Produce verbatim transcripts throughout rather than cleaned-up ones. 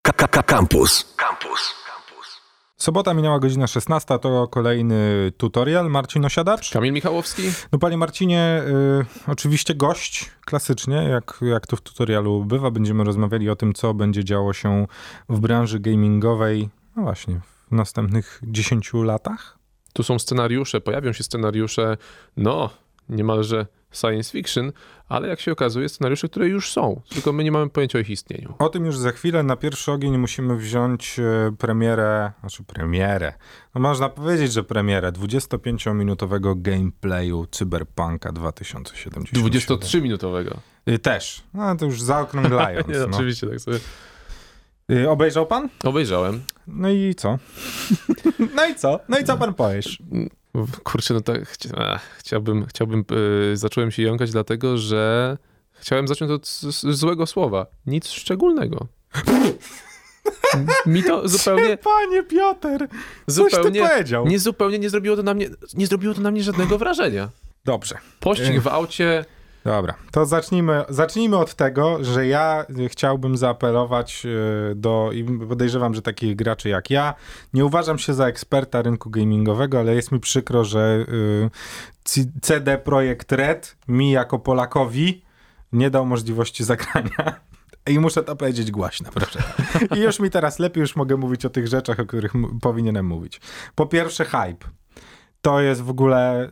Campus. Campus. Sobota minęła godzina szesnasta, to kolejny tutorial. Marcin Osiadacz. Kamil Michałowski. No panie Marcinie, y, oczywiście gość, klasycznie, jak, jak to w tutorialu bywa. Będziemy rozmawiali o tym, co będzie działo się w branży gamingowej, no właśnie, w następnych dziesięciu latach. Tu są scenariusze, pojawią się scenariusze, no, niemalże science fiction, ale jak się okazuje, scenariusze, które już są, tylko my nie mamy pojęcia o ich istnieniu. O tym już za chwilę. Na pierwszy ogień musimy wziąć premierę, znaczy premierę, no można powiedzieć, że premierę dwudziestopięciominutowego gameplayu Cyberpunka dwa tysiące siedemdziesiąt siedem. dwudziestotrzyminutowego. Też, no to już zaokrąglając. Nie, no. Oczywiście, tak sobie. Obejrzał pan? Obejrzałem. No i co? No i co? No i co pan powiesz? Kurczę, no tak chcia, ach, chciałbym, chciałbym yy, zacząłem się jąkać dlatego, że chciałem zacząć od z, z złego słowa. Nic szczególnego. Mi to zupełnie... Panie Piotr, coś zupełnie, ty powiedział. Nie, zupełnie nie zrobiło to na mnie, nie zrobiło to na mnie żadnego wrażenia. Dobrze. Pościg w aucie... Dobra, to zacznijmy, zacznijmy od tego, że ja chciałbym zaapelować do, i podejrzewam, że takich graczy jak ja, nie uważam się za eksperta rynku gamingowego, ale jest mi przykro, że C D Projekt Red mi jako Polakowi nie dał możliwości zagrania. I muszę to powiedzieć głośno, proszę. I już mi teraz lepiej, już mogę mówić o tych rzeczach, o których m- powinienem mówić. Po pierwsze, hype. To jest w ogóle...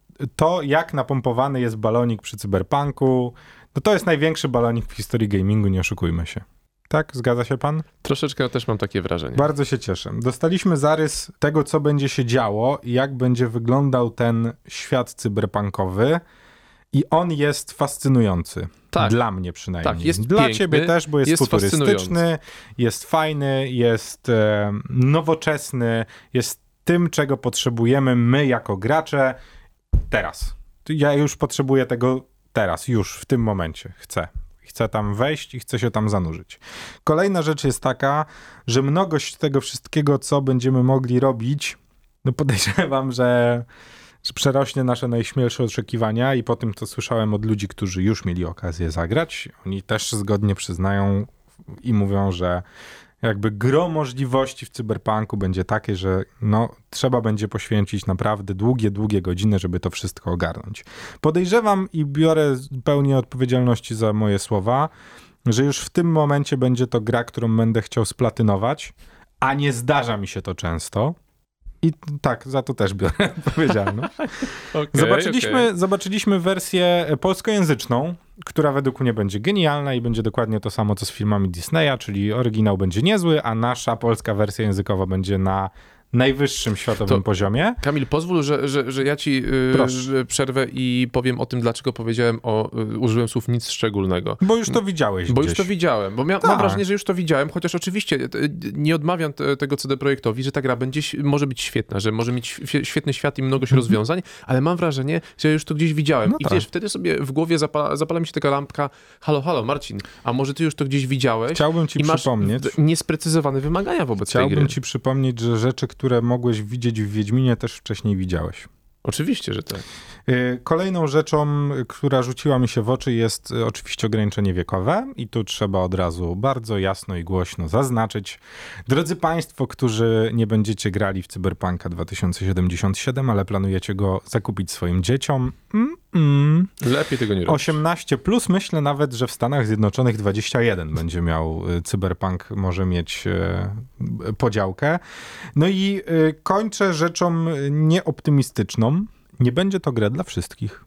To, jak napompowany jest balonik przy Cyberpunku, no to jest największy balonik w historii gamingu, nie oszukujmy się. Tak? Zgadza się pan? Troszeczkę ja też mam takie wrażenie. Bardzo się cieszę. Dostaliśmy zarys tego, co będzie się działo i jak będzie wyglądał ten świat cyberpunkowy i on jest fascynujący. Tak. Dla mnie przynajmniej. Tak, jest Dla piękny, ciebie też, bo jest, jest futurystyczny, jest fajny, jest e, nowoczesny, jest tym, czego potrzebujemy my jako gracze teraz. Ja już potrzebuję tego teraz, już w tym momencie. Chcę. Chcę tam wejść i chcę się tam zanurzyć. Kolejna rzecz jest taka, że mnogość tego wszystkiego, co będziemy mogli robić, no podejrzewam, że, że przerośnie nasze najśmielsze oczekiwania i po tym, co słyszałem od ludzi, którzy już mieli okazję zagrać, oni też zgodnie przyznają i mówią, że jakby gro możliwości w Cyberpunku będzie takie, że no, trzeba będzie poświęcić naprawdę długie, długie godziny, żeby to wszystko ogarnąć. Podejrzewam i biorę pełnię odpowiedzialności za moje słowa, że już w tym momencie będzie to gra, którą będę chciał splatynować, a nie zdarza mi się to często. I tak, za to też biorę odpowiedzialność. Okay, zobaczyliśmy, okay. zobaczyliśmy wersję polskojęzyczną, która według mnie będzie genialna i będzie dokładnie to samo, co z filmami Disneya, czyli oryginał będzie niezły, a nasza polska wersja językowa będzie na najwyższym światowym to, poziomie. Kamil, pozwól, że, że, że ja ci yy, przerwę i powiem o tym, dlaczego powiedziałem o, yy, użyłem słów nic szczególnego. Bo już to widziałeś Bo gdzieś. już to widziałem, bo mia- tak. mam wrażenie, że już to widziałem, chociaż oczywiście nie odmawiam te, tego C D Projektowi, że ta gra będzie, może być świetna, że może mieć świetny świat i mnogość mm-hmm. rozwiązań, ale mam wrażenie, że ja już to gdzieś widziałem. No I tak. Wiesz, wtedy sobie w głowie zapala, zapala mi się taka lampka, halo, halo, Marcin, a może ty już to gdzieś widziałeś? Chciałbym ci i masz przypomnieć. Niesprecyzowane wymagania wobec tej gry. Chciałbym ci przypomnieć, że rzeczy, które mogłeś widzieć w Wiedźminie, też wcześniej widziałeś. Oczywiście, że tak. Kolejną rzeczą, która rzuciła mi się w oczy, jest oczywiście ograniczenie wiekowe i tu trzeba od razu bardzo jasno i głośno zaznaczyć. Drodzy państwo, którzy nie będziecie grali w Cyberpunka dwa tysiące siedemdziesiąt siedem, ale planujecie go zakupić swoim dzieciom, mm, mm. lepiej tego nie robić. osiemnaście plus, myślę nawet, że w Stanach Zjednoczonych dwadzieścia jeden będzie miał Cyberpunk, może mieć e, podziałkę. No i e, kończę rzeczą nieoptymistyczną. Nie będzie to gra dla wszystkich.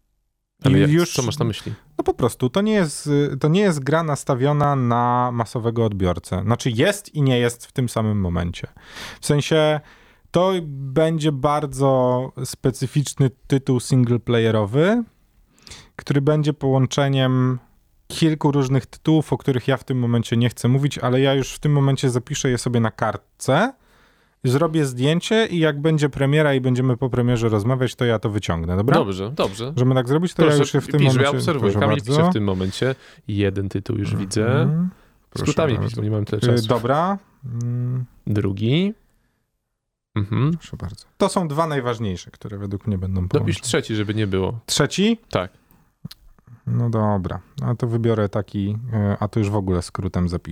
Ale jak, już, co masz na myśli? No po prostu, to nie jest, to nie jest gra nastawiona na masowego odbiorcę. Znaczy jest i nie jest w tym samym momencie. W sensie to będzie bardzo specyficzny tytuł singleplayerowy, który będzie połączeniem kilku różnych tytułów, o których ja w tym momencie nie chcę mówić, ale ja już w tym momencie zapiszę je sobie na kartce, zrobię zdjęcie i jak będzie premiera i będziemy po premierze rozmawiać, to ja to wyciągnę, dobra? Dobrze, dobrze. Żeby tak zrobić, to proszę, ja już się w tym pisz, momencie... Ja obserwuję, Kamil bardzo. pisze w tym momencie. Jeden tytuł już mm, widzę. Mm, Skrótami pisz, bo nie mam tyle czasu. Dobra. Mm. Drugi. Mhm. Proszę bardzo. To są dwa najważniejsze, które według mnie będą połączone. Dopisz trzeci, żeby nie było. Trzeci? Tak. No dobra. A to wybiorę taki, a to już w ogóle skrótem zapiszę.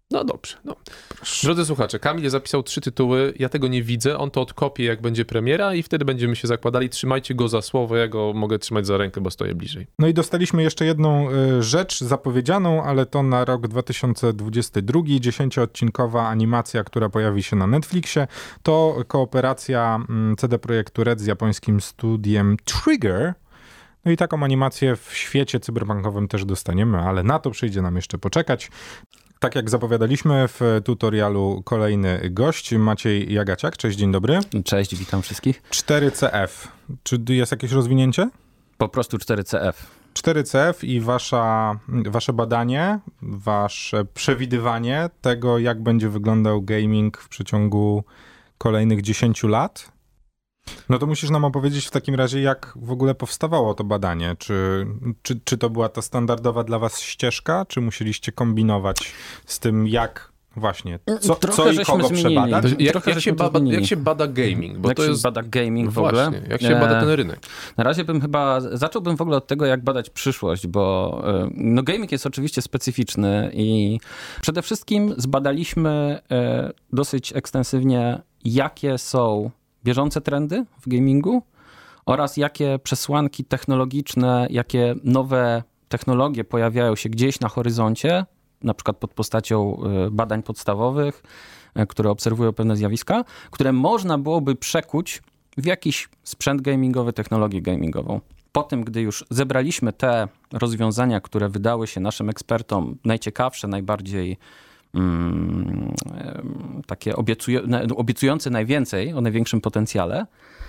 No dobrze. No. Drodzy słuchacze, Kamil zapisał trzy tytuły, ja tego nie widzę, on to odkopie jak będzie premiera i wtedy będziemy się zakładali. Trzymajcie go za słowo, ja go mogę trzymać za rękę, bo stoję bliżej. No i dostaliśmy jeszcze jedną y, rzecz zapowiedzianą, ale to na rok dwa tysiące dwudziesty drugi, dziesięcioodcinkowa animacja, która pojawi się na Netflixie. To kooperacja y, C D Projektu Red z japońskim studiem Trigger. No i taką animację w świecie cyberpunkowym też dostaniemy, ale na to przyjdzie nam jeszcze poczekać. Tak jak zapowiadaliśmy w tutorialu, kolejny gość, Maciej Jagaciak. Cześć, dzień dobry. Cześć, witam wszystkich. cztery C F. Czy jest jakieś rozwinięcie? Po prostu cztery C F. cztery C F i wasza, wasze badanie, wasze przewidywanie tego, jak będzie wyglądał gaming w przeciągu kolejnych dziesięciu lat. No to musisz nam opowiedzieć w takim razie, jak w ogóle powstawało to badanie. Czy, czy, czy to była ta standardowa dla was ścieżka, czy musieliście kombinować z tym, jak właśnie, co, co i kogo przebadać? Jak, jak, się bada, jak się bada gaming? Bo jak to się jest... bada gaming w ogóle? Właśnie, jak się bada ten rynek? Na razie bym chyba, zacząłbym w ogóle od tego, jak badać przyszłość, bo no gaming jest oczywiście specyficzny i przede wszystkim zbadaliśmy dosyć ekstensywnie, jakie są bieżące trendy w gamingu oraz jakie przesłanki technologiczne, jakie nowe technologie pojawiają się gdzieś na horyzoncie, na przykład pod postacią badań podstawowych, które obserwują pewne zjawiska, które można byłoby przekuć w jakiś sprzęt gamingowy, technologię gamingową. Po tym, gdy już zebraliśmy te rozwiązania, które wydały się naszym ekspertom najciekawsze, najbardziej Hmm, takie obiecują, obiecujące najwięcej, o największym potencjale.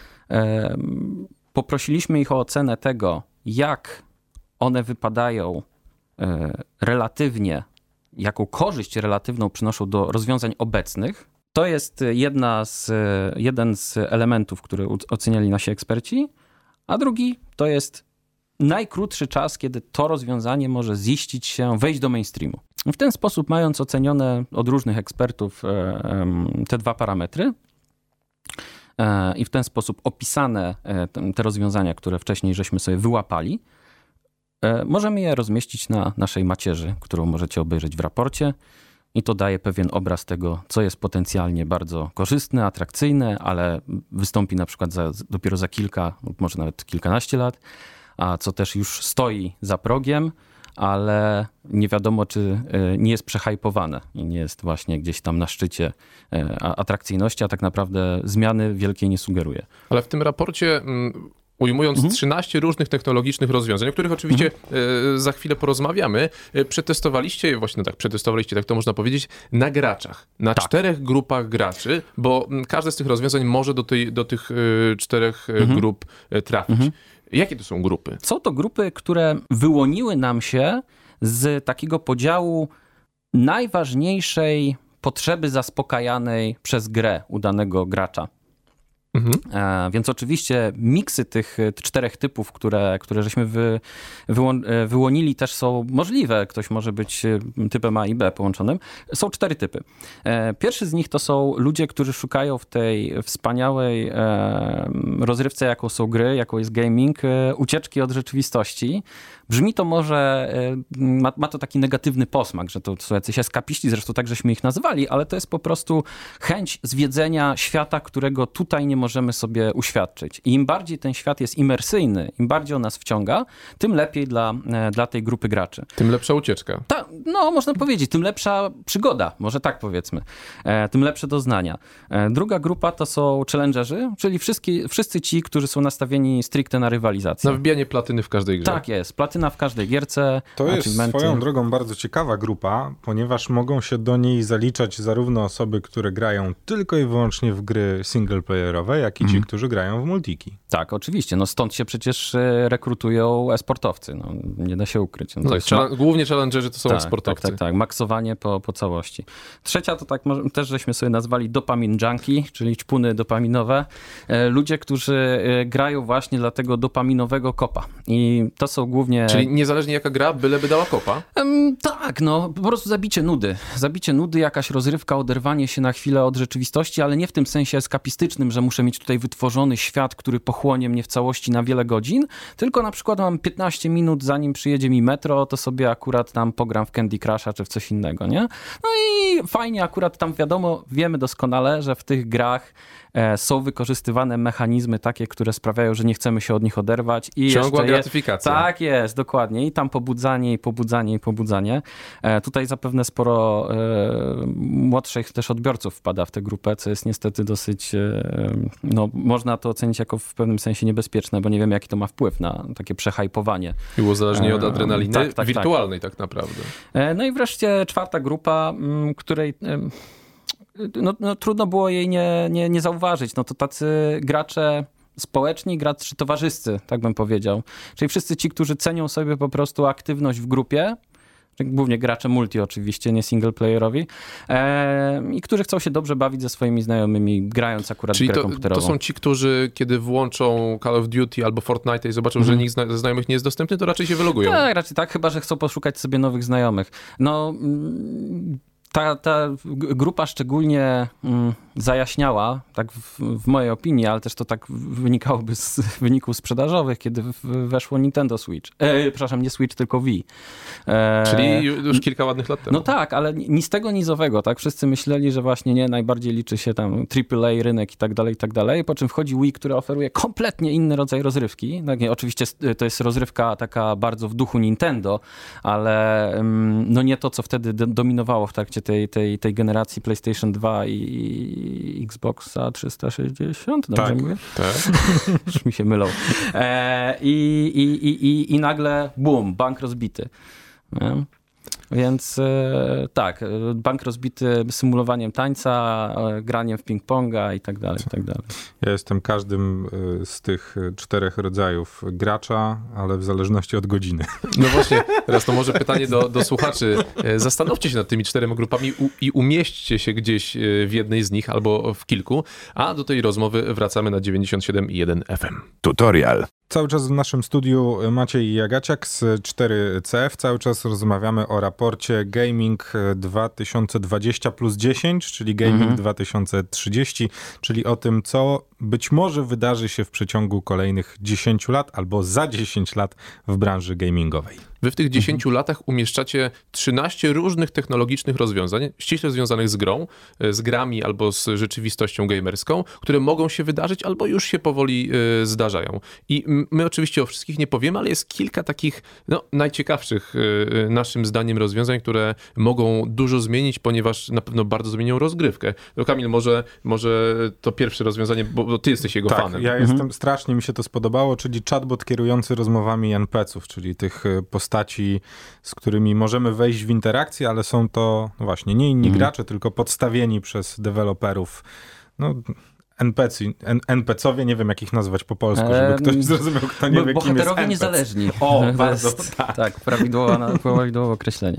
Poprosiliśmy ich o ocenę tego, jak one wypadają relatywnie, jaką korzyść relatywną przynoszą do rozwiązań obecnych. To jest jedna z, jeden z elementów, który oceniali nasi eksperci, a drugi to jest najkrótszy czas, kiedy to rozwiązanie może ziścić się, wejść do mainstreamu. W ten sposób, mając ocenione od różnych ekspertów te dwa parametry i w ten sposób opisane te rozwiązania, które wcześniej żeśmy sobie wyłapali, możemy je rozmieścić na naszej macierzy, którą możecie obejrzeć w raporcie i to daje pewien obraz tego, co jest potencjalnie bardzo korzystne, atrakcyjne, ale wystąpi na przykład za, dopiero za kilka, może nawet kilkanaście lat, a co też już stoi za progiem, ale nie wiadomo, czy nie jest przehajpowane i nie jest właśnie gdzieś tam na szczycie atrakcyjności, a tak naprawdę zmiany wielkiej nie sugeruje. Ale w tym raporcie, ujmując mhm. trzynaście różnych technologicznych rozwiązań, o których oczywiście mhm. za chwilę porozmawiamy, przetestowaliście je, właśnie no tak, przetestowaliście, tak to można powiedzieć, na graczach, na tak. czterech grupach graczy, bo każde z tych rozwiązań może do, tej, do tych czterech mhm. grup trafić. Mhm. Jakie to są grupy? Są to grupy, które wyłoniły nam się z takiego podziału najważniejszej potrzeby zaspokajanej przez grę u danego gracza. Mhm. E, więc oczywiście miksy tych czterech typów, które, które żeśmy wy, wyłon- wyłonili, też są możliwe. Ktoś może być typem A i B połączonym. Są cztery typy. E, pierwszy z nich to są ludzie, którzy szukają w tej wspaniałej e, rozrywce, jaką są gry, jaką jest gaming, e, ucieczki od rzeczywistości. Brzmi to może, ma, ma to taki negatywny posmak, że to są jacyś eskapiści, zresztą tak żeśmy ich nazwali, ale to jest po prostu chęć zwiedzenia świata, którego tutaj nie możemy sobie uświadczyć. I im bardziej ten świat jest imersyjny, im bardziej on nas wciąga, tym lepiej dla, dla tej grupy graczy. Tym lepsza ucieczka. Ta, no, można powiedzieć, tym lepsza przygoda, może tak powiedzmy, e, tym lepsze doznania. E, druga grupa to są challengerzy, czyli wszyscy, wszyscy ci, którzy są nastawieni stricte na rywalizację. Na wbijanie platyny w każdej grze. Tak jest, platyna w każdej gierce. To jest swoją drogą bardzo ciekawa grupa, ponieważ mogą się do niej zaliczać zarówno osoby, które grają tylko i wyłącznie w gry singleplayerowe, jak i mm. ci, którzy grają w multiki. Tak, oczywiście. No stąd się przecież rekrutują e-sportowcy. No, nie da się ukryć. No, no tak, ma... Głównie challengerzy to są tak, e-sportowcy. Tak, tak, tak. Maksowanie po, po całości. Trzecia to tak też żeśmy sobie nazwali dopamin junkie, czyli ćpuny dopaminowe. Ludzie, którzy grają właśnie dla tego dopaminowego kopa. I to są głównie właśnie... Czyli niezależnie jaka gra, byleby dała kopa? Um, tak, no po prostu zabicie nudy. Zabicie nudy, jakaś rozrywka, oderwanie się na chwilę od rzeczywistości, ale nie w tym sensie eskapistycznym, że muszę mieć tutaj wytworzony świat, który pochłonie mnie w całości na wiele godzin, tylko na przykład mam piętnaście minut, zanim przyjedzie mi metro, to sobie akurat tam pogram w Candy Crusha czy w coś innego, nie? No i fajnie akurat tam wiadomo, wiemy doskonale, że w tych grach e, są wykorzystywane mechanizmy takie, które sprawiają, że nie chcemy się od nich oderwać. I Ciągła jeszcze gratyfikacja. Je, tak jest, dokładnie. I tam pobudzanie, i pobudzanie, i pobudzanie. E, tutaj zapewne sporo e, młodszych też odbiorców wpada w tę grupę, co jest niestety dosyć, e, no można to ocenić jako w pewnym sensie niebezpieczne, bo nie wiem, jaki to ma wpływ na takie przehajpowanie. I uzależnienie od adrenaliny e, tak, tak, wirtualnej tak, tak naprawdę. E, no i wreszcie czwarta grupa, m, której... E, No, no, trudno było jej nie, nie, nie zauważyć. No to tacy gracze społeczni, gracze towarzyscy, tak bym powiedział. Czyli wszyscy ci, którzy cenią sobie po prostu aktywność w grupie, głównie gracze multi oczywiście, nie singleplayerowi, e, i którzy chcą się dobrze bawić ze swoimi znajomymi, grając akurat Czyli w grę to, komputerową. to są ci, którzy kiedy włączą Call of Duty albo Fortnite i zobaczą, mm. że nikt ze znajomych nie jest dostępny, to raczej się wylogują. Tak, raczej tak, chyba że chcą poszukać sobie nowych znajomych. No... Mm, Ta, ta grupa szczególnie mm, zajaśniała, tak w, w mojej opinii, ale też to tak wynikałoby z wyników sprzedażowych, kiedy w, weszło Nintendo Switch. E, przepraszam, nie Switch, tylko Wii. E, Czyli już kilka ładnych lat temu. No tak, ale ni z tego, ni z owego, tak? Wszyscy myśleli, że właśnie nie, najbardziej liczy się tam triple A rynek i tak dalej, i tak dalej, po czym wchodzi Wii, który oferuje kompletnie inny rodzaj rozrywki. Tak, nie, oczywiście to jest rozrywka taka bardzo w duchu Nintendo, ale mm, no nie to, co wtedy dominowało w trakcie tej, tej, tej generacji PlayStation dwa i, i Xboxa trzysta sześćdziesiąt, dobrze tak, mówię? Tak. Już mi się mylą. E, i, i, i, i, I nagle bum, bank rozbity. Nie? Więc e, tak, bank rozbity symulowaniem tańca, e, graniem w ping-ponga i tak dalej, i tak dalej. Ja jestem każdym z tych czterech rodzajów gracza, ale w zależności od godziny. No właśnie, teraz to może pytanie do, do słuchaczy. Zastanówcie się nad tymi czterema grupami u, i umieśćcie się gdzieś w jednej z nich albo w kilku, a do tej rozmowy wracamy na dziewięćdziesiąt siedem i jeden F M. Tutorial. Cały czas w naszym studiu Maciej Jagaciak z cztery C F. Cały czas rozmawiamy o raporcie Gaming dwa tysiące dwadzieścia plus dziesięć, czyli Gaming mhm. dwa tysiące trzydzieści, czyli o tym, co być może wydarzy się w przeciągu kolejnych dziesięciu lat albo za dziesięć lat w branży gamingowej. Wy w tych dziesięciu mhm. latach umieszczacie trzynaście różnych technologicznych rozwiązań, ściśle związanych z grą, z grami albo z rzeczywistością gamerską, które mogą się wydarzyć albo już się powoli y, zdarzają. I my oczywiście o wszystkich nie powiemy, ale jest kilka takich no, najciekawszych y, naszym zdaniem rozwiązań, które mogą dużo zmienić, ponieważ na pewno bardzo zmienią rozgrywkę. No Kamil, może, może to pierwsze rozwiązanie, bo, bo ty jesteś jego tak, fanem. Ja mhm. jestem, strasznie mi się to spodobało, czyli chatbot kierujący rozmowami en pe ce ów, czyli tych postaci, z którymi możemy wejść w interakcję, ale są to no właśnie nie inni mhm. gracze, tylko podstawieni przez deweloperów. No, en pe ce, en pe ce owie, nie wiem jak ich nazwać po polsku, żeby ktoś zrozumiał, kto nie wie, kim jest en pe ce. Bohaterowie niezależni. O, bardzo, tak. Tak, prawidłowe, prawidłowe określenie.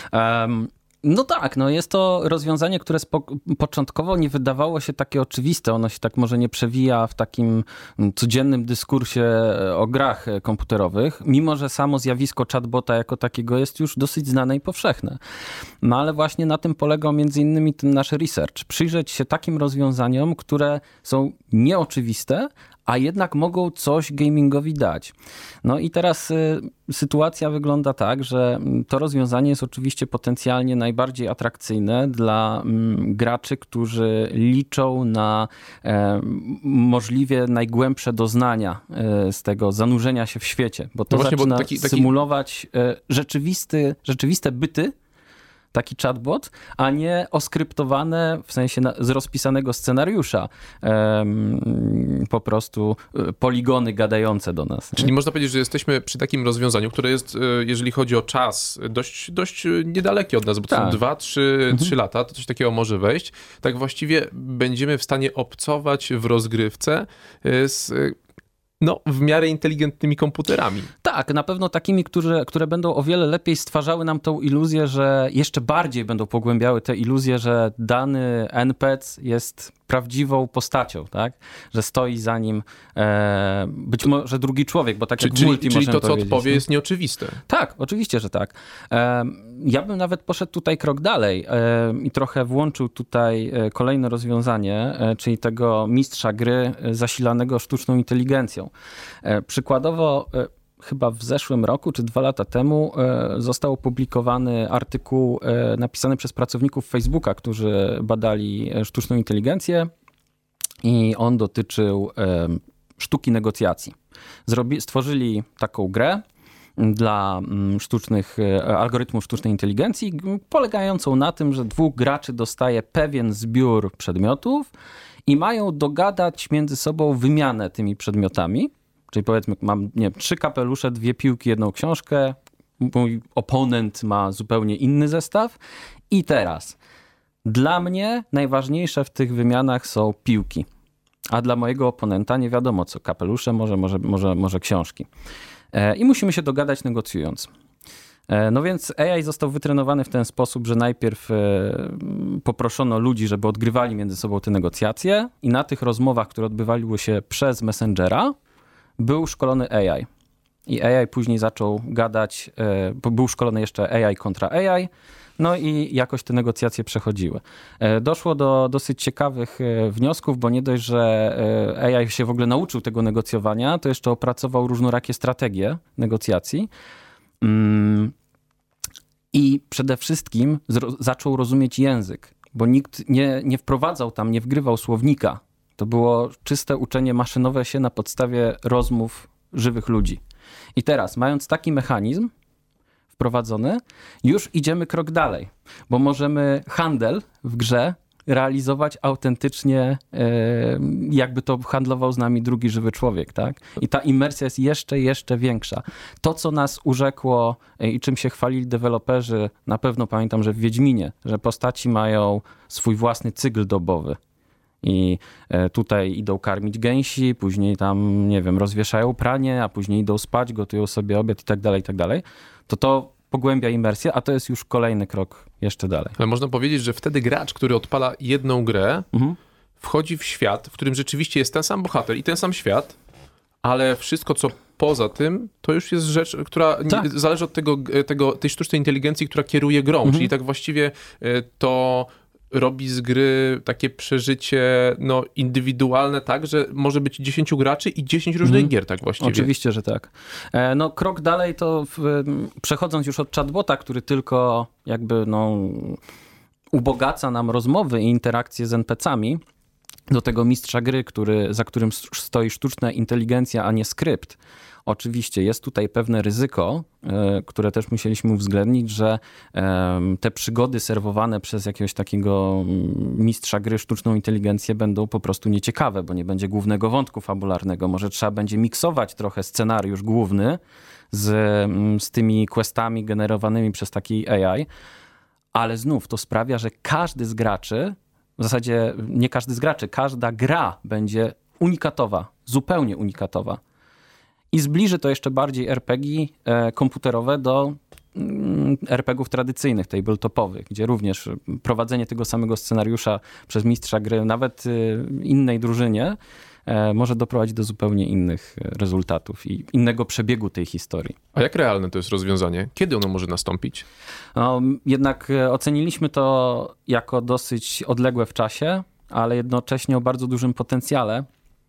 Um, No tak, no jest to rozwiązanie, które spo- początkowo nie wydawało się takie oczywiste. Ono się tak może nie przewija w takim codziennym dyskursie o grach komputerowych, mimo że samo zjawisko chatbota jako takiego jest już dosyć znane i powszechne. No ale właśnie na tym polegał między innymi ten nasz research. Przyjrzeć się takim rozwiązaniom, które są nieoczywiste, a jednak mogą coś gamingowi dać. No i teraz y, sytuacja wygląda tak, że to rozwiązanie jest oczywiście potencjalnie najbardziej atrakcyjne dla mm, graczy, którzy liczą na e, możliwie najgłębsze doznania e, z tego zanurzenia się w świecie, bo to no właśnie, zaczyna bo taki, taki... symulować e, rzeczywisty, rzeczywiste byty, taki chatbot, a nie oskryptowane, w sensie na, z rozpisanego scenariusza, um, po prostu poligony gadające do nas. Czyli nie? Można powiedzieć, że jesteśmy przy takim rozwiązaniu, które jest, jeżeli chodzi o czas, dość, dość niedalekie od nas, bo to tak. są dwa, trzy, mhm. trzy lata, to coś takiego może wejść. Tak właściwie będziemy w stanie obcować w rozgrywce z no, w miarę inteligentnymi komputerami. Tak, na pewno takimi, które, które będą o wiele lepiej stwarzały nam tą iluzję, że jeszcze bardziej będą pogłębiały tę iluzję, że dany N P C jest prawdziwą postacią, tak? Że stoi za nim e, być może drugi człowiek, bo tak Czy, jak w czyli, multi czyli to, co powiedzieć, odpowie, nie? jest nieoczywiste. Tak, oczywiście, że tak. E, ja bym nawet poszedł tutaj krok dalej e, i trochę włączył tutaj kolejne rozwiązanie, e, czyli tego mistrza gry zasilanego sztuczną inteligencją. E, przykładowo e, chyba w zeszłym roku, czy dwa lata temu e, został opublikowany artykuł e, napisany przez pracowników Facebooka, którzy badali sztuczną inteligencję i on dotyczył e, sztuki negocjacji. Zrobi, stworzyli taką grę dla sztucznych, algorytmów sztucznej inteligencji, polegającą na tym, że dwóch graczy dostaje pewien zbiór przedmiotów i mają dogadać między sobą wymianę tymi przedmiotami. Czyli powiedzmy, mam nie wiem, trzy kapelusze, dwie piłki, jedną książkę, mój oponent ma zupełnie inny zestaw i teraz dla mnie najważniejsze w tych wymianach są piłki, a dla mojego oponenta nie wiadomo co, kapelusze, może, może, może, może książki. I musimy się dogadać negocjując. No więc A I został wytrenowany w ten sposób, że najpierw poproszono ludzi, żeby odgrywali między sobą te negocjacje i na tych rozmowach, które odbywały się przez Messengera, był szkolony A I. I A I później zaczął gadać, bo był szkolony jeszcze A I kontra A I, no i jakoś te negocjacje przechodziły. Doszło do dosyć ciekawych wniosków, bo nie dość, że A I się w ogóle nauczył tego negocjowania, to jeszcze opracował różnorakie strategie negocjacji. I przede wszystkim zaczął rozumieć język, bo nikt nie, nie wprowadzał tam, nie wgrywał słownika. To było czyste uczenie maszynowe się na podstawie rozmów żywych ludzi. I teraz, mając taki mechanizm wprowadzony, już idziemy krok dalej, bo możemy handel w grze realizować autentycznie, jakby to handlował z nami drugi żywy człowiek, tak? I ta imersja jest jeszcze, jeszcze większa. To, co nas urzekło i czym się chwalili deweloperzy, na pewno pamiętam, że w Wiedźminie, że postaci mają swój własny cykl dobowy. I tutaj idą karmić gęsi, później tam, nie wiem, rozwieszają pranie, a później idą spać, gotują sobie obiad i tak dalej, i tak dalej. To to pogłębia imersję, a to jest już kolejny krok jeszcze dalej. Ale można powiedzieć, że wtedy gracz, który odpala jedną grę, mhm. wchodzi w świat, w którym rzeczywiście jest ten sam bohater i ten sam świat, ale wszystko, co poza tym, to już jest rzecz, która tak. nie, zależy od tego, tego, tej sztucznej inteligencji, która kieruje grą. Mhm. Czyli tak właściwie to robi z gry takie przeżycie no, indywidualne, tak, że może być dziesięciu graczy i dziesięć różnych mm. gier, tak właściwie. Oczywiście, że tak. No krok dalej to w, przechodząc już od chatbota, który tylko jakby no ubogaca nam rozmowy i interakcje z en pe cami, do tego mistrza gry, który, za którym stoi sztuczna inteligencja, a nie skrypt. Oczywiście jest tutaj pewne ryzyko, które też musieliśmy uwzględnić, że te przygody serwowane przez jakiegoś takiego mistrza gry sztuczną inteligencję będą po prostu nieciekawe, bo nie będzie głównego wątku fabularnego. Może trzeba będzie miksować trochę scenariusz główny z, z tymi questami generowanymi przez taki A I, ale znów to sprawia, że każdy z graczy, w zasadzie nie każdy z graczy, każda gra będzie unikatowa, zupełnie unikatowa. I zbliży to jeszcze bardziej er pe gie komputerowe do er pe gie ów tradycyjnych, tabletopowych, gdzie również prowadzenie tego samego scenariusza przez mistrza gry, nawet innej drużynie, może doprowadzić do zupełnie innych rezultatów i innego przebiegu tej historii. A jak realne to jest rozwiązanie? Kiedy ono może nastąpić? No, jednak oceniliśmy to jako dosyć odległe w czasie, ale jednocześnie o bardzo dużym potencjale.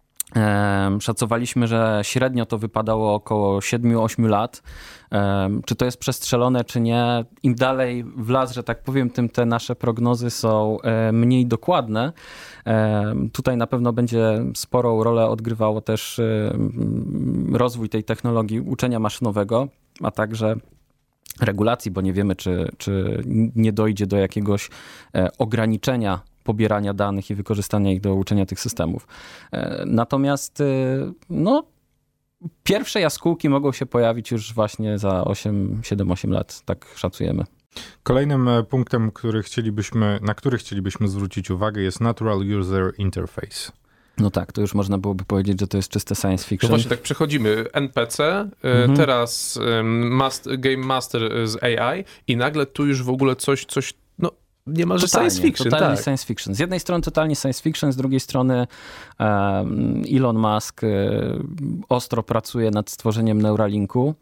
Szacowaliśmy, że średnio to wypadało około siedem do ośmiu lat. Czy to jest przestrzelone, czy nie? Im dalej w las, że tak powiem, tym te nasze prognozy są mniej dokładne. Tutaj na pewno będzie sporą rolę odgrywało też rozwój tej technologii uczenia maszynowego, a także regulacji, bo nie wiemy, czy, czy nie dojdzie do jakiegoś ograniczenia pobierania danych i wykorzystania ich do uczenia tych systemów. Natomiast no, pierwsze jaskółki mogą się pojawić już właśnie za osiem, siedem, osiem lat, tak szacujemy. Kolejnym punktem, który chcielibyśmy, na który chcielibyśmy zwrócić uwagę, jest Natural User Interface. No tak, to już można byłoby powiedzieć, że to jest czyste science fiction. No właśnie, tak przechodzimy. N P C, mhm. teraz master, Game Master z A I i nagle tu już w ogóle coś, coś no niemalże totalnie, science fiction. Totalnie tak. science fiction. Z jednej strony totalnie science fiction, z drugiej strony um, Elon Musk um, ostro pracuje nad stworzeniem Neuralinku.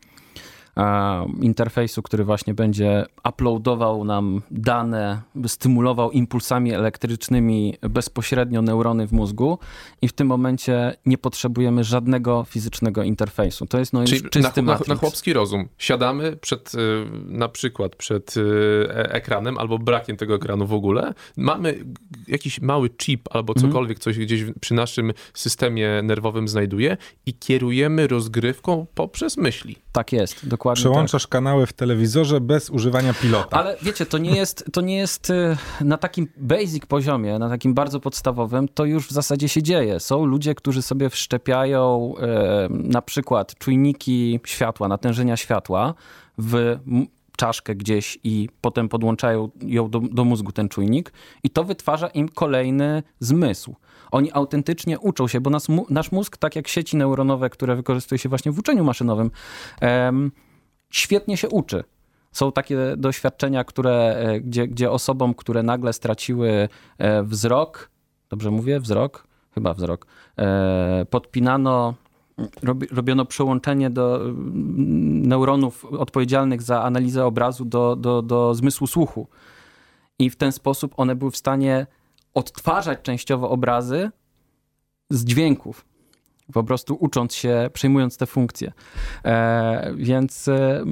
Interfejsu, który właśnie będzie uploadował nam dane, stymulował impulsami elektrycznymi bezpośrednio neurony w mózgu i w tym momencie nie potrzebujemy żadnego fizycznego interfejsu. To jest no Czyli już czysty na, Matrix. na, na chłopski rozum. Siadamy przed, na przykład przed ekranem albo brakiem tego ekranu w ogóle. Mamy jakiś mały chip albo cokolwiek, coś gdzieś przy naszym systemie nerwowym znajduje i kierujemy rozgrywką poprzez myśli. Tak jest, dokładnie. Przełączasz tak. kanały w telewizorze bez używania pilota. Ale wiecie, to nie jest, to nie jest na takim basic poziomie, na takim bardzo podstawowym, to już w zasadzie się dzieje. Są ludzie, którzy sobie wszczepiają e, na przykład czujniki światła, natężenia światła w czaszkę gdzieś i potem podłączają ją do, do mózgu ten czujnik i to wytwarza im kolejny zmysł. Oni autentycznie uczą się, bo nas, nasz mózg, tak jak sieci neuronowe, które wykorzystuje się właśnie w uczeniu maszynowym, em, świetnie się uczy. Są takie doświadczenia, które, gdzie, gdzie osobom, które nagle straciły wzrok, dobrze mówię, wzrok? Chyba wzrok, podpinano, robi, robiono przełączenie do neuronów odpowiedzialnych za analizę obrazu do, do, do zmysłu słuchu. I w ten sposób one były w stanie odtwarzać częściowo obrazy z dźwięków. Po prostu ucząc się, przejmując te funkcje. E, więc e,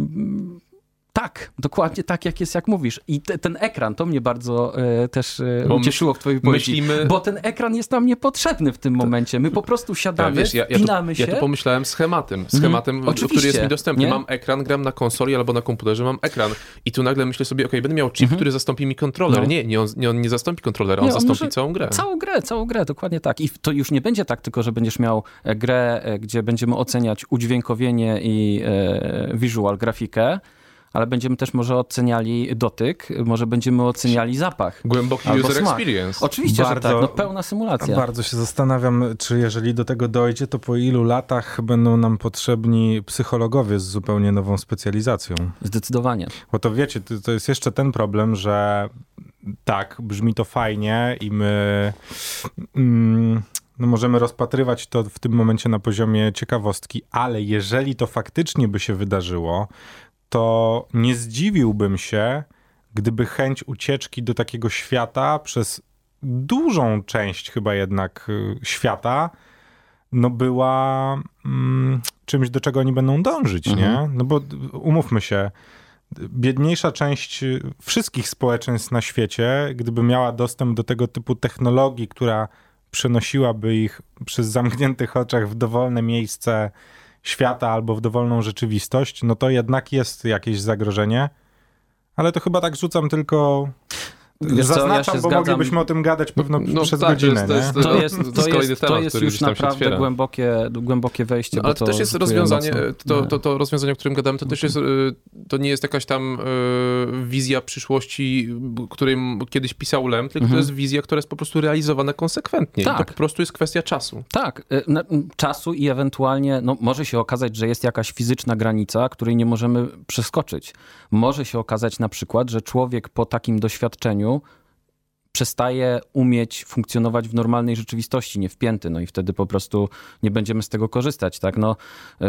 tak, dokładnie tak, jak jest, jak mówisz. I te, ten ekran, to mnie bardzo e, też e, ucieszyło w twojej wypowiedzi. Myślimy... Bo ten ekran jest nam niepotrzebny w tym momencie. My po prostu siadamy, ja, wiesz, ja, ja wpinamy tu, się. Ja tu pomyślałem schematem, schematem, mm, który jest mi dostępny. Nie? Mam ekran, gram na konsoli albo na komputerze, mam ekran. I tu nagle myślę sobie, okej, okay, będę miał chip, mm-hmm. który zastąpi mi kontroler. No. Nie, nie on, nie, on nie zastąpi kontrolera, on, nie, on zastąpi całą grę. Całą grę, całą grę, dokładnie tak. I to już nie będzie tak tylko, że będziesz miał grę, gdzie będziemy oceniać udźwiękowienie i e, visual, grafikę, ale będziemy też może oceniali dotyk, może będziemy oceniali zapach. Głęboki user smak. Experience. Oczywiście, bardzo, że tak, no pełna symulacja. Bardzo się zastanawiam, czy jeżeli do tego dojdzie, to po ilu latach będą nam potrzebni psychologowie z zupełnie nową specjalizacją. Zdecydowanie. Bo to wiecie, to jest jeszcze ten problem, że tak, brzmi to fajnie i my mm, no możemy rozpatrywać to w tym momencie na poziomie ciekawostki, ale jeżeli to faktycznie by się wydarzyło, to nie zdziwiłbym się, gdyby chęć ucieczki do takiego świata przez dużą część chyba jednak świata no była mm, czymś, do czego oni będą dążyć, mhm. nie? No bo umówmy się, biedniejsza część wszystkich społeczeństw na świecie, gdyby miała dostęp do tego typu technologii, która przenosiłaby ich przez zamkniętych oczach w dowolne miejsce świata albo w dowolną rzeczywistość, no to jednak jest jakieś zagrożenie, ale to chyba tak rzucam tylko... Wiesz Zaznaczam, co, ja bo zgadzam. moglibyśmy o tym gadać pewno no, przez tak, godzinę. To jest, to to jest, to jest, to jest, temat, to jest już naprawdę głębokie, głębokie wejście. No, ale to, to też jest rozwiązanie, to, to, to rozwiązanie, o którym gadamy, to też jest, to nie jest jakaś tam y, wizja przyszłości, której kiedyś pisał Lem, tylko mhm. to jest wizja, która jest po prostu realizowana konsekwentnie. Tak. I to po prostu jest kwestia czasu. Tak, czasu i ewentualnie, no może się okazać, że jest jakaś fizyczna granica, której nie możemy przeskoczyć. Może się okazać na przykład, że człowiek po takim doświadczeniu przestaje umieć funkcjonować w normalnej rzeczywistości, nie wpięty, no i wtedy po prostu nie będziemy z tego korzystać, tak, no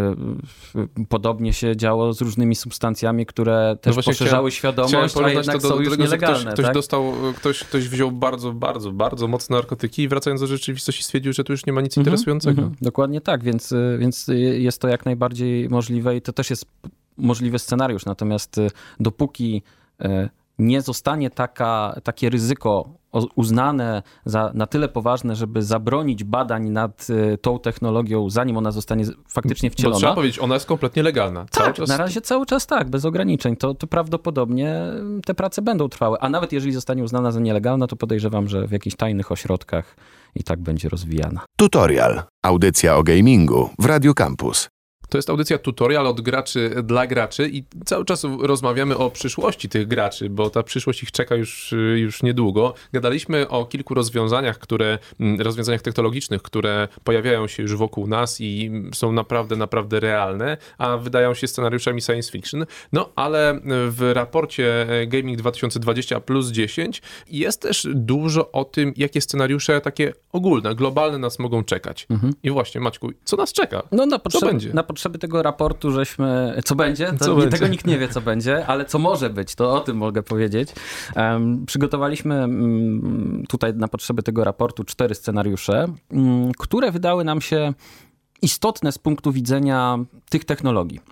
yy, podobnie się działo z różnymi substancjami, które też no poszerzały chciałem, świadomość, chciałem a jednak to do, są do już tego, nielegalne. Ktoś, ktoś tak? dostał, ktoś, ktoś wziął bardzo, bardzo, bardzo mocne narkotyki i wracając do rzeczywistości stwierdził, że tu już nie ma nic mm-hmm, interesującego. Mm-hmm, dokładnie tak, więc, więc jest to jak najbardziej możliwe i to też jest możliwy scenariusz, natomiast dopóki yy, nie zostanie taka, takie ryzyko uznane za na tyle poważne, żeby zabronić badań nad y, tą technologią, zanim ona zostanie faktycznie wcielona. Bo trzeba powiedzieć, ona jest kompletnie legalna. Tak, cały czas... na razie cały czas tak, bez ograniczeń. To, to prawdopodobnie te prace będą trwały. A nawet jeżeli zostanie uznana za nielegalna, to podejrzewam, że w jakichś tajnych ośrodkach i tak będzie rozwijana. Tutorial. Audycja o gamingu w Radiu Campus. To jest audycja tutorial od graczy dla graczy i cały czas rozmawiamy o przyszłości tych graczy, bo ta przyszłość ich czeka już, już niedługo. Gadaliśmy o kilku rozwiązaniach, które, rozwiązaniach technologicznych, które pojawiają się już wokół nas i są naprawdę, naprawdę realne, a wydają się scenariuszami science fiction. No, ale w raporcie Gaming dwa tysiące dwadzieścia plus dziesięć jest też dużo o tym, jakie scenariusze takie ogólne, globalne nas mogą czekać. Mhm. I właśnie, Maćku, co nas czeka? No na, potrzeby, co będzie? Na potrzeby tego raportu żeśmy... Co będzie? To, co nie, będzie? Tego nikt nie wie, co będzie, ale co może być, to o tym mogę powiedzieć. Um, przygotowaliśmy um, tutaj na potrzeby tego raportu cztery scenariusze, um, które wydały nam się istotne z punktu widzenia tych technologii.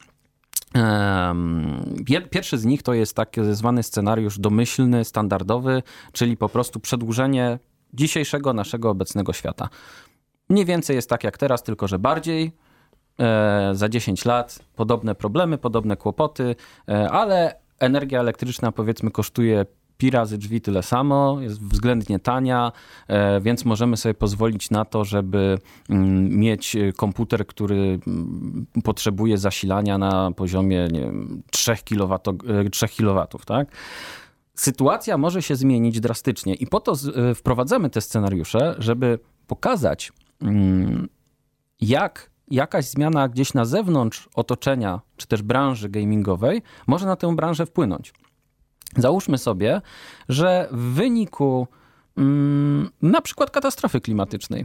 Pierwszy z nich to jest tak zwany scenariusz domyślny, standardowy, czyli po prostu przedłużenie dzisiejszego naszego obecnego świata. Mniej więcej jest tak jak teraz, tylko że bardziej. E, za dziesięć lat podobne problemy, podobne kłopoty, e, ale energia elektryczna powiedzmy kosztuje pi razy drzwi tyle samo, jest względnie tania, e, więc możemy sobie pozwolić na to, żeby mm, mieć komputer, który mm, potrzebuje zasilania na poziomie nie wiem, trzech kilowatów, tak? Sytuacja może się zmienić drastycznie i po to z, wprowadzamy te scenariusze, żeby pokazać, mm, jak jakaś zmiana gdzieś na zewnątrz otoczenia, czy też branży gamingowej może na tę branżę wpłynąć. Załóżmy sobie, że w wyniku mm, na przykład katastrofy klimatycznej,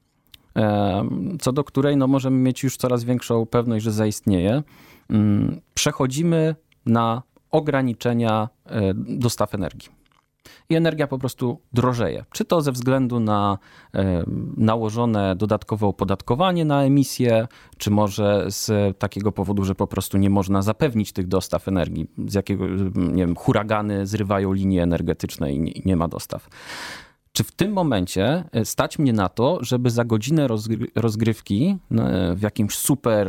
e, co do której no, możemy mieć już coraz większą pewność, że zaistnieje, mm, przechodzimy na ograniczenia e, dostaw energii. I energia po prostu drożeje. Czy to ze względu na e, nałożone dodatkowe opodatkowanie na emisję, czy może z takiego powodu, że po prostu nie można zapewnić tych dostaw energii, z jakiego, nie wiem, huragany zrywają linie energetyczne i nie, i nie ma dostaw. Czy w tym momencie stać mnie na to, żeby za godzinę rozgry- rozgrywki w jakimś super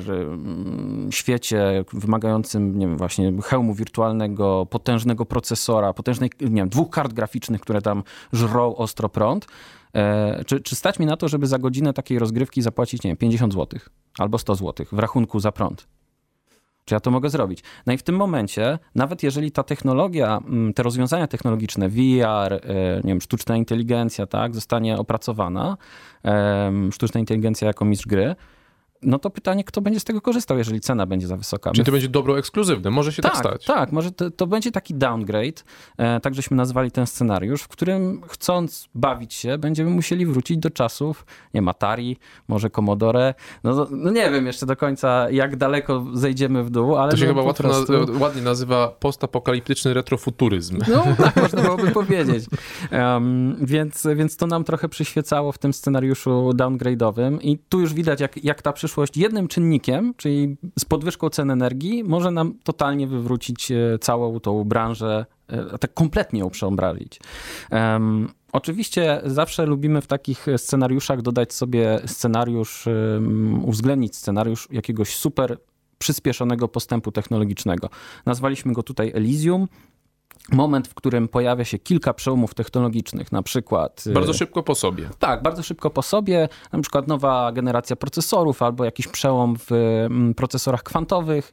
świecie wymagającym, nie wiem, właśnie hełmu wirtualnego, potężnego procesora, potężnej, nie wiem, dwóch kart graficznych, które tam żrą ostro prąd, e, czy, czy stać mi na to, żeby za godzinę takiej rozgrywki zapłacić, nie wiem, pięćdziesiąt złotych albo sto złotych w rachunku za prąd? Czy ja to mogę zrobić? No i w tym momencie, nawet jeżeli ta technologia, te rozwiązania technologiczne, V R, nie wiem, sztuczna inteligencja, tak, zostanie opracowana, sztuczna inteligencja jako mistrz gry, no to pytanie, kto będzie z tego korzystał, jeżeli cena będzie za wysoka. Czyli to będzie dobro ekskluzywne, może się tak, tak stać. Tak, może to, to będzie taki downgrade, e, tak żeśmy nazwali ten scenariusz, w którym chcąc bawić się, będziemy musieli wrócić do czasów, nie wiem, Atari, może Commodore, no, no nie wiem jeszcze do końca, jak daleko zejdziemy w dół, ale... To się no, chyba łatwo prostu... na, ładnie nazywa postapokaliptyczny retrofuturyzm. No tak, można byłoby powiedzieć. Um, więc, więc to nam trochę przyświecało w tym scenariuszu downgrade'owym i tu już widać, jak, jak ta przyszłość jednym czynnikiem, czyli z podwyżką cen energii, może nam totalnie wywrócić całą tą branżę, tak kompletnie ją przeobrazić. Um, oczywiście zawsze lubimy w takich scenariuszach dodać sobie scenariusz, um, uwzględnić scenariusz jakiegoś super przyspieszonego postępu technologicznego. Nazwaliśmy go tutaj Elysium. Moment, w którym pojawia się kilka przełomów technologicznych, na przykład... Bardzo szybko po sobie. Tak, bardzo szybko po sobie, na przykład nowa generacja procesorów albo jakiś przełom w procesorach kwantowych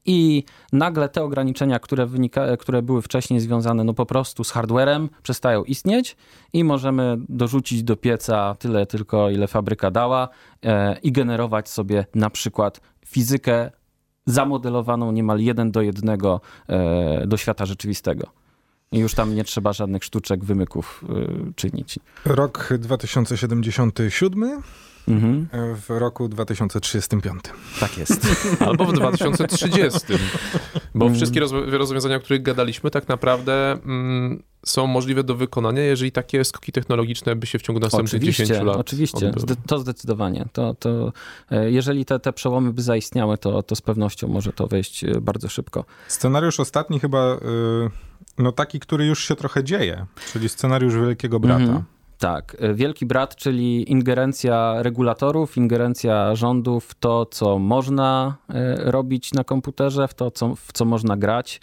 i nagle te ograniczenia, które, wynika, które były wcześniej związane no po prostu z hardwarem, przestają istnieć i możemy dorzucić do pieca tyle tylko, ile fabryka dała e, i generować sobie na przykład fizykę zamodelowaną niemal jeden do jednego e, do świata rzeczywistego. I już tam nie trzeba żadnych sztuczek, wymyków y, czynić. Rok dwa tysiące siedemdziesiąty siódmy, mhm. w roku dwa tysiące trzydziestym piątym. Tak jest. Albo w dwa tysiące trzydziestym. Bo mm. wszystkie roz- rozwiązania, o których gadaliśmy, tak naprawdę mm, są możliwe do wykonania, jeżeli takie skoki technologiczne by się w ciągu następnych oczywiście, dziesięciu lat Oczywiście, odbyły. to zdecydowanie. To, to, jeżeli te, te przełomy by zaistniały, to, to z pewnością może to wejść bardzo szybko. Scenariusz ostatni chyba... Y- No taki, który już się trochę dzieje, czyli scenariusz Wielkiego Brata. Mhm. Tak, Wielki Brat, czyli ingerencja regulatorów, ingerencja rządów w to, co można robić na komputerze, w to, co, w co można grać.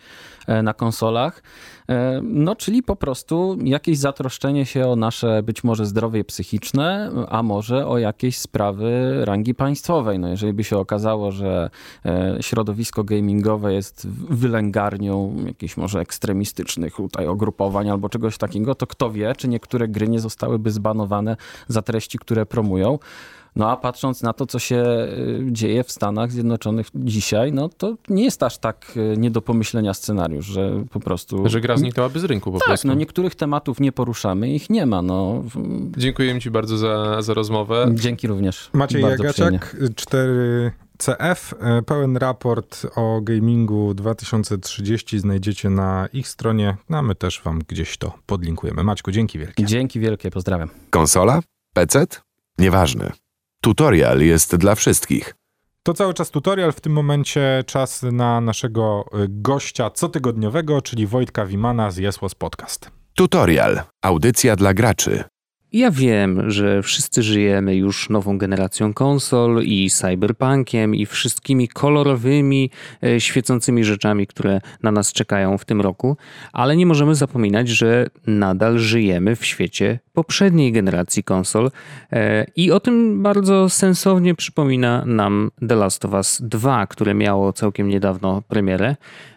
na konsolach. No, czyli po prostu jakieś zatroszczenie się o nasze być może zdrowie psychiczne, a może o jakieś sprawy rangi państwowej. No, jeżeli by się okazało, że środowisko gamingowe jest wylęgarnią jakichś może ekstremistycznych tutaj ugrupowań albo czegoś takiego, to kto wie, czy niektóre gry nie zostałyby zbanowane za treści, które promują. No a patrząc na to, co się dzieje w Stanach Zjednoczonych dzisiaj, no to nie jest aż tak nie do pomyślenia scenariusz, że po prostu... Że gra zniknęłaby z rynku po tak, prostu. Tak, no niektórych tematów nie poruszamy, ich nie ma. No. Dziękuję ci bardzo za, za rozmowę. Dzięki również. Maciej Jagaciak, cztery C F, pełen raport o gamingu dwa tysiące trzydzieści znajdziecie na ich stronie, no a my też wam gdzieś to podlinkujemy. Maćku, dzięki wielkie. Dzięki wielkie, pozdrawiam. Konsola? P C? Nieważne. Tutorial jest dla wszystkich. To cały czas tutorial, w tym momencie czas na naszego gościa cotygodniowego, czyli Wojtka Wimana z Jesłos Podcast. Tutorial. Audycja dla graczy. Ja wiem, że wszyscy żyjemy już nową generacją konsol i cyberpunkiem i wszystkimi kolorowymi, e, świecącymi rzeczami, które na nas czekają w tym roku, ale nie możemy zapominać, że nadal żyjemy w świecie poprzedniej generacji konsol e, i o tym bardzo sensownie przypomina nam The Last of Us dwa, które miało całkiem niedawno premierę.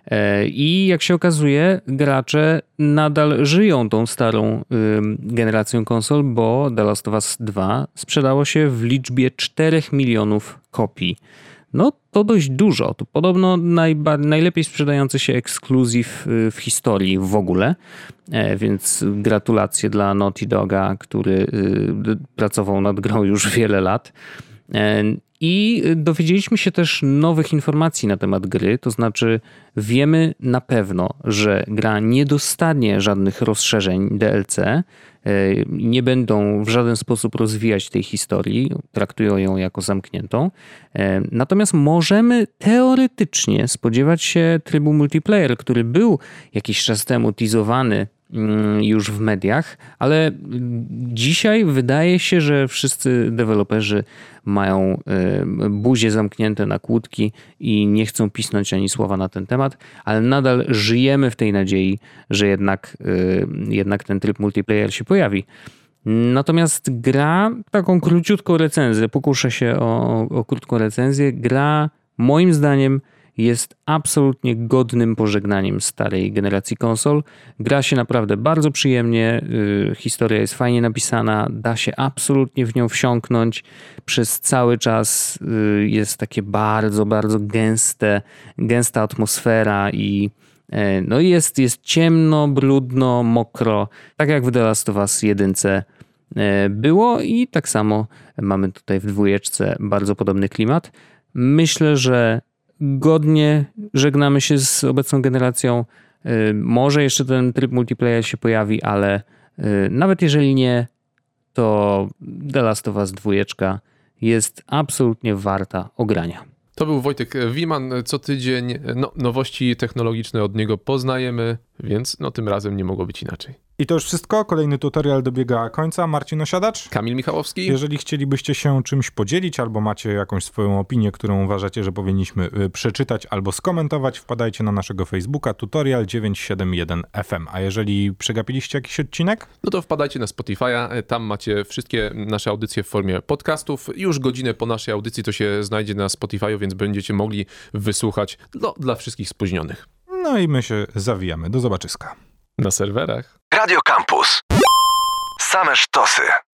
I jak się okazuje, gracze nadal żyją tą starą y, generacją konsol, bo The Last of Us dwa sprzedało się w liczbie czterech milionów kopii. No to dość dużo. To podobno najba- najlepiej sprzedający się ekskluzyw w historii w ogóle, e, więc gratulacje dla Naughty Doga, który y, pracował nad grą już wiele lat. E, I dowiedzieliśmy się też nowych informacji na temat gry, to znaczy wiemy na pewno, że gra nie dostanie żadnych rozszerzeń D L C, nie będą w żaden sposób rozwijać tej historii, traktują ją jako zamkniętą. Natomiast możemy teoretycznie spodziewać się trybu multiplayer, który był jakiś czas temu teasowany już w mediach, ale dzisiaj wydaje się, że wszyscy deweloperzy mają buzie zamknięte na kłódki i nie chcą pisnąć ani słowa na ten temat, ale nadal żyjemy w tej nadziei, że jednak, jednak ten tryb multiplayer się pojawi. Natomiast gra, taką króciutką recenzję, pokuszę się o, o krótką recenzję, gra moim zdaniem jest absolutnie godnym pożegnaniem starej generacji konsol. Gra się naprawdę bardzo przyjemnie, yy, historia jest fajnie napisana, da się absolutnie w nią wsiąknąć. Przez cały czas yy, jest takie bardzo, bardzo gęste, gęsta atmosfera i yy, no jest, jest ciemno, brudno, mokro, tak jak w The Last of Us jeden yy, było i tak samo mamy tutaj w dwójeczce bardzo podobny klimat. Myślę, że godnie żegnamy się z obecną generacją. Może jeszcze ten tryb multiplayer się pojawi, ale nawet jeżeli nie, to The Last of Us dwa jest absolutnie warta ogrania. To był Wojtek Wiman. Co tydzień no, nowości technologiczne od niego poznajemy, więc no, tym razem nie mogło być inaczej. I to już wszystko. Kolejny tutorial dobiega końca. Marcin Osiadacz. Kamil Michałowski. Jeżeli chcielibyście się czymś podzielić, albo macie jakąś swoją opinię, którą uważacie, że powinniśmy przeczytać albo skomentować, wpadajcie na naszego Facebooka tutorial dziewięć siedem jeden F M. A jeżeli przegapiliście jakiś odcinek? No to wpadajcie na Spotify'a. Tam macie wszystkie nasze audycje w formie podcastów. Już godzinę po naszej audycji to się znajdzie na Spotify'u, więc będziecie mogli wysłuchać no, dla wszystkich spóźnionych. No i my się zawijamy. Do zobaczyska. Na serwerach. Radio Campus. Same sztosy.